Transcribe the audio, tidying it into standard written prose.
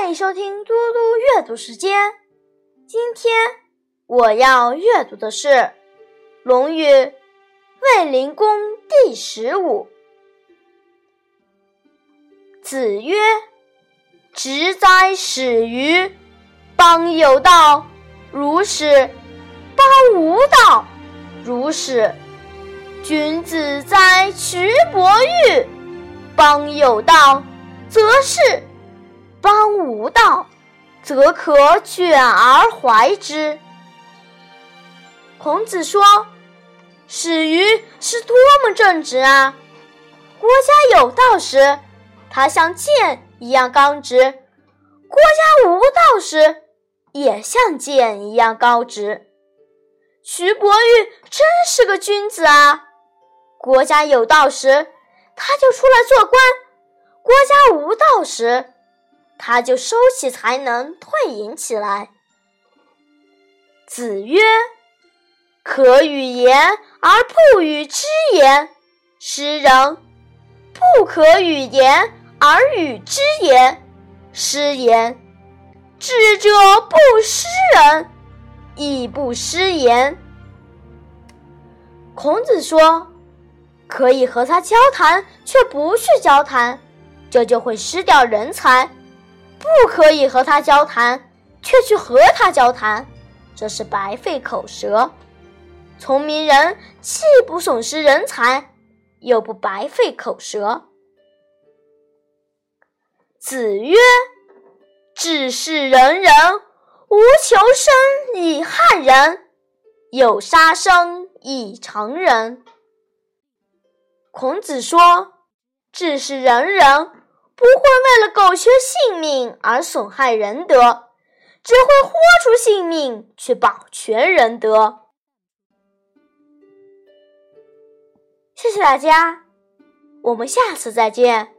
迎收听嘟嘟阅读时间。今天我要阅读的是《论语·卫灵公》第15。子曰：直哉始于，邦有道如是，邦无道如是。君子哉取伯玉，邦有道则仕，邦无道则可卷而怀之。孔子说，始于是多么正直啊！国家有道时，他像剑一样刚直；国家无道时，也像剑一样高直。徐伯玉真是个君子啊！国家有道时，他就出来做官；国家无道时，他就收起才能，退隐起来。子曰：可与言而不与之言，失人；不可与言而与之言，失言。智者不失人，亦不失言。孔子说，可以和他交谈却不去交谈，这就会失掉人才；不可以和他交谈却去和他交谈，这是白费口舌。聪明人既不损失人才，又不白费口舌。子曰：治世仁人，无求生以害人，有杀生以成仁。孔子说，治世仁人不会为了苟且性命而损害仁德，只会豁出性命去保全仁德。谢谢大家，我们下次再见。